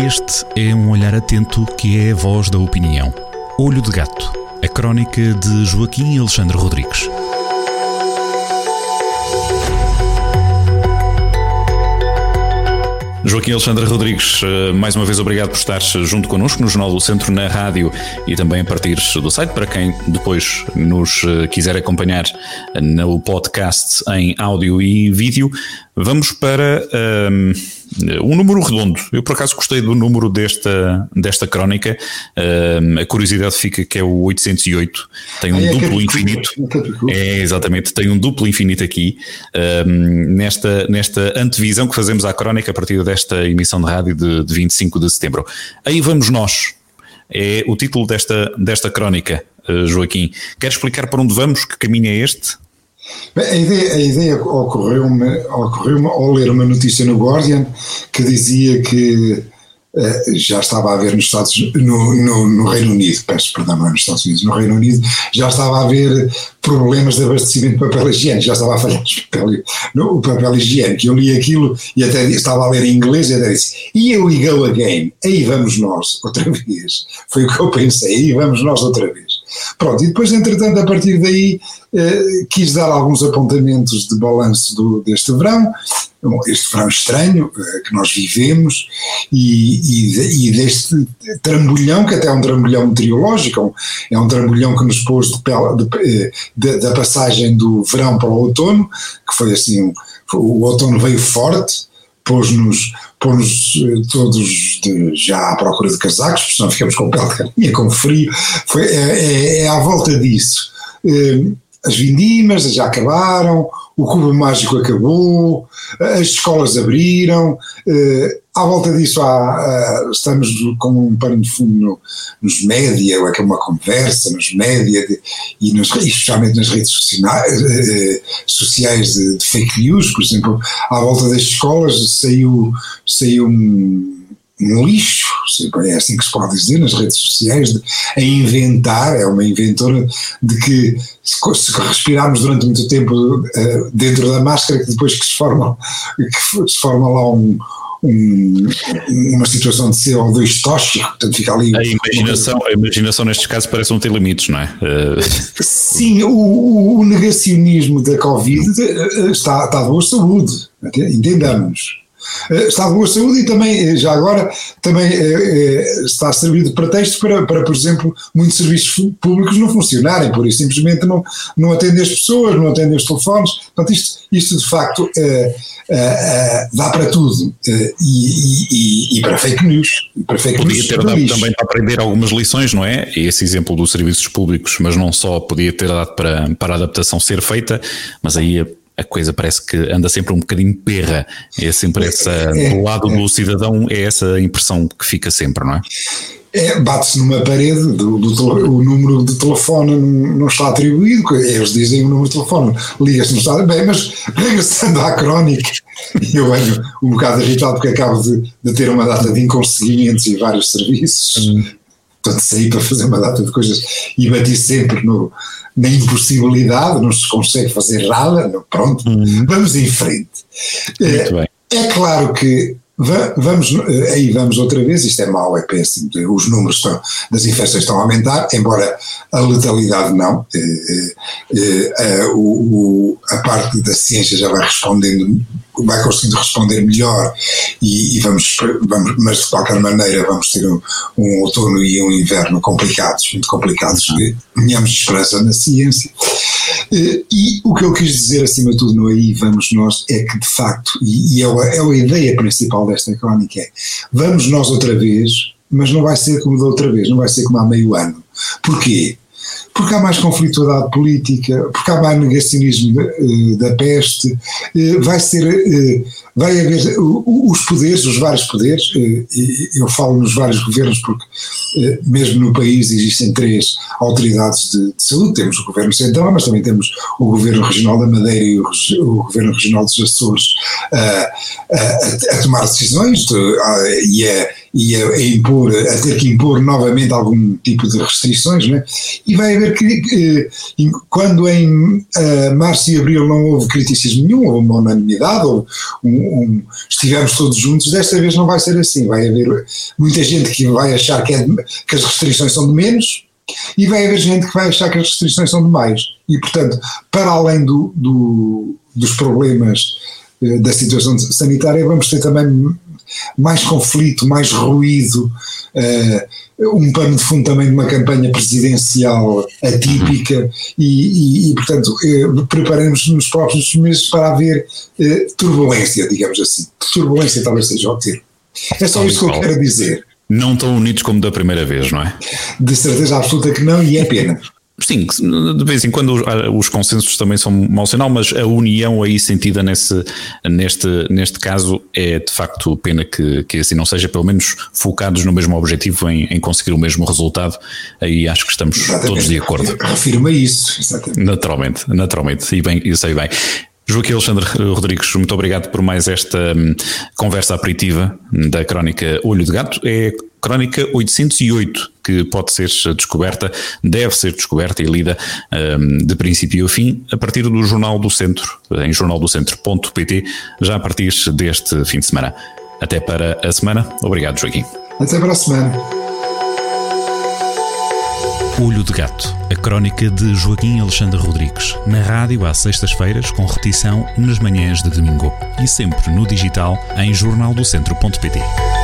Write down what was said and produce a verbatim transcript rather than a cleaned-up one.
Este é um olhar atento que é a voz da opinião. Olho de Gato, a crónica de Joaquim Alexandre Rodrigues. Joaquim Alexandre Rodrigues, mais uma vez obrigado por estar junto connosco no Jornal do Centro, na rádio e também a partir do site, para quem depois nos quiser acompanhar no podcast em áudio e vídeo. Vamos para um, um número redondo. Eu por acaso gostei do número desta, desta crónica. Um, a curiosidade fica que é o oitocentos e oito. Tem um é duplo infinito. É, exatamente, tem um duplo infinito aqui. Um, nesta, nesta antevisão que fazemos à crónica a partir desta emissão de rádio de, de vinte e cinco de setembro. Aí vamos nós. É o título desta, desta crónica, Joaquim. Quer explicar para onde vamos? Que caminho é este? A ideia, a ideia ocorreu-me, ocorreu-me ao ler uma notícia no Guardian que dizia que uh, já estava a haver nos Estados, no, no, no Reino Unido, peço perdão, não é nos Estados Unidos, no Reino Unido já estava a haver problemas de abastecimento de papel higiênico, já estava a falhar o papel, no, o papel higiênico. Eu li aquilo e até estava a ler em inglês e até disse, e we go again, aí vamos nós outra vez. Foi o que eu pensei, aí vamos nós outra vez. Pronto, e depois entretanto a partir daí eh, quis dar alguns apontamentos de balanço do, deste verão, este verão estranho eh, que nós vivemos e, e, e deste trambolhão, que até é um trambolhão meteorológico, é um trambolhão que nos pôs de, de, de, da passagem do verão para o outono, que foi assim, um, o outono veio forte, pôs-nos pôs-nos todos de, já à procura de casacos, porque senão ficamos com pele de galinha, com frio. Foi, é, é, é à volta disso. As vindimas já acabaram, o cubo mágico acabou, as escolas abriram, à volta disso há, estamos com um pano de fundo no, nos média, é uma conversa nos média de, e, nos, e especialmente nas redes sociais, sociais de, de fake news. Por exemplo, à volta das escolas saiu, saiu um um lixo, é assim que se pode dizer, nas redes sociais, de, a inventar, é uma inventora de que se, se respirarmos durante muito tempo uh, dentro da máscara, que depois que se forma, que se forma lá um, um, uma situação de C O dois tóxico, portanto fica ali... A imaginação, a imaginação nestes casos parece não ter limites, não é? Uh... Sim, o, o negacionismo da Covid está, está de boa saúde, entendamos. Está de boa saúde e também, já agora, também é, está a servir de pretexto para, para, por exemplo, muitos serviços públicos não funcionarem, por isso simplesmente não, não atendem as pessoas, não atendem os telefones. Portanto, isto, isto de facto é, é, é, dá para tudo é, e, e, e para fake news. E para fake podia news ter dado lixo. Também para aprender algumas lições, não é? Esse exemplo dos serviços públicos, mas não só podia ter dado para, para a adaptação ser feita, mas aí a a coisa parece que anda sempre um bocadinho perra, é sempre essa, é, do lado é, do cidadão, é essa impressão que fica sempre, não é? É, bate-se numa parede, do, do, o número de telefone não, não está atribuído, eles dizem o número de telefone, liga-se, não está bem, mas regressando à crónica, eu venho um bocado irritado porque acabo de, de ter uma data de inconseguimentos e vários serviços, hum. portanto saí para fazer uma data de coisas e bati sempre no... na impossibilidade, não se consegue fazer nada, pronto, uhum. Vamos em frente. É, é claro que va- vamos, aí vamos outra vez, isto é mau, é péssimo, os números estão, das infecções estão a aumentar, embora a letalidade não, é, é, é, o, o, a parte da ciência já vai respondendo, vai conseguindo responder melhor e, e vamos, vamos, mas de qualquer maneira vamos ter um, um outono e um inverno complicados, muito complicados, tenhamos esperança na ciência. E o que eu quis dizer acima de tudo no aí vamos nós é que de facto, e, e é, a, é a ideia principal desta crónica, é vamos nós outra vez, mas não vai ser como da outra vez, não vai ser como há meio ano. Porquê? Porque há mais conflitualidade política, porque há mais negacionismo da, da peste, vai ser, vai haver os poderes, os vários poderes, eu falo nos vários governos porque mesmo no país existem três autoridades de, de saúde, temos o Governo Central, mas também temos o Governo Regional da Madeira e o, o Governo Regional dos Açores a, a, a tomar decisões de, a, e, a, e a, a impor, a ter que impor novamente algum tipo de restrições, né? E vai haver que, que quando em uh, março e abril não houve criticismo nenhum, houve uma unanimidade, houve um, um, estivemos todos juntos, desta vez não vai ser assim, vai haver muita gente que vai achar que, é de, que as restrições são de menos, e vai haver gente que vai achar que as restrições são de mais, e portanto, para além do, do, dos problemas uh, da situação sanitária, vamos ter também mais conflito, mais ruído, uh, um pano de fundo também de uma campanha presidencial atípica e, e, e portanto, uh, preparemos nos próximos meses para haver uh, turbulência, digamos assim. Turbulência talvez seja o termo. É só isto que eu quero dizer. Não tão unidos como da primeira vez, não é? De certeza absoluta que não, e é pena. Sim, de vez em quando os consensos também são mau sinal, mas a união aí sentida nesse, neste, neste caso é de facto pena que, que assim não seja, pelo menos focados no mesmo objetivo em, em conseguir o mesmo resultado. Aí acho que estamos exatamente. Todos de acordo. Refiro-me a isso, exatamente. Naturalmente, naturalmente, e bem, eu sei bem. Joaquim Alexandre Rodrigues, muito obrigado por mais esta um, conversa aperitiva da Crónica Olho de Gato. É Crónica oitocentos e oito que pode ser descoberta, deve ser descoberta e lida um, de princípio ao fim a partir do Jornal do Centro, em jornal do centro ponto pt, já a partir deste fim de semana. Até para a semana. Obrigado, Joaquim. Até para a semana. Olho de Gato, a crónica de Joaquim Alexandre Rodrigues, na rádio às sextas-feiras, com repetição nas manhãs de domingo e sempre no digital em jornal do centro ponto pt.